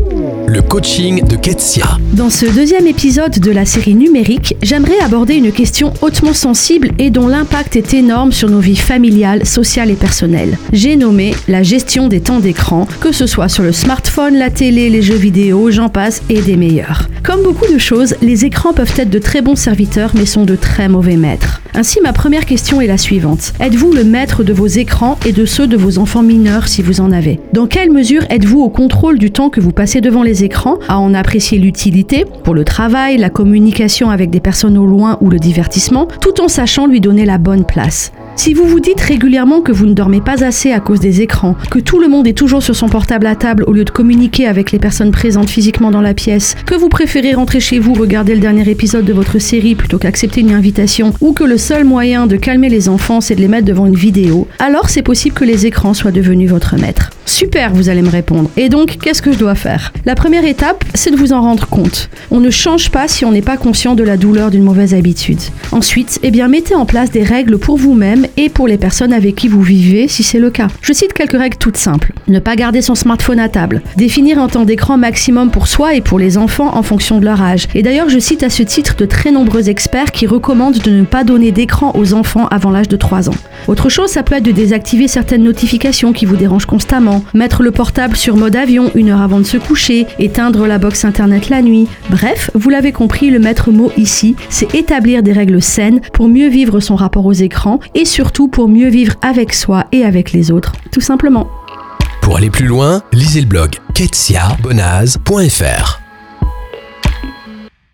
Le coaching de Ketsia. Dans ce deuxième épisode de la série numérique, j'aimerais aborder une question hautement sensible et dont l'impact est énorme sur nos vies familiales, sociales et personnelles. J'ai nommé la gestion des temps d'écran, que ce soit sur le smartphone, la télé, les jeux vidéo, j'en passe et des meilleurs. Comme beaucoup de choses, les écrans peuvent être de très bons serviteurs mais sont de très mauvais maîtres. Ainsi, ma première question est la suivante. Êtes-vous le maître de vos écrans et de ceux de vos enfants mineurs si vous en avez ? Dans quelle mesure êtes-vous au contrôle du temps que vous passez devant les écrans, à en apprécier l'utilité pour le travail, la communication avec des personnes au loin ou le divertissement, tout en sachant lui donner la bonne place ? Si vous vous dites régulièrement que vous ne dormez pas assez à cause des écrans, que tout le monde est toujours sur son portable à table au lieu de communiquer avec les personnes présentes physiquement dans la pièce, que vous préférez rentrer chez vous regarder le dernier épisode de votre série plutôt qu'accepter une invitation, ou que le seul moyen de calmer les enfants c'est de les mettre devant une vidéo, alors c'est possible que les écrans soient devenus votre maître. Super, vous allez me répondre. Et donc, qu'est-ce que je dois faire ? La première étape, c'est de vous en rendre compte. On ne change pas si on n'est pas conscient de la douleur d'une mauvaise habitude. Ensuite, mettez en place des règles pour vous-même et pour les personnes avec qui vous vivez, si c'est le cas. Je cite quelques règles toutes simples. Ne pas garder son smartphone à table. Définir un temps d'écran maximum pour soi et pour les enfants en fonction de leur âge. Et d'ailleurs, je cite à ce titre de très nombreux experts qui recommandent de ne pas donner d'écran aux enfants avant l'âge de 3 ans. Autre chose, ça peut être de désactiver certaines notifications qui vous dérangent constamment, mettre le portable sur mode avion 1 heure avant de se coucher, éteindre la box internet la nuit. Bref, vous l'avez compris, le maître mot ici, c'est établir des règles saines pour mieux vivre son rapport aux écrans et surtout pour mieux vivre avec soi et avec les autres, tout simplement. Pour aller plus loin, lisez le blog ketsiabonaz.fr.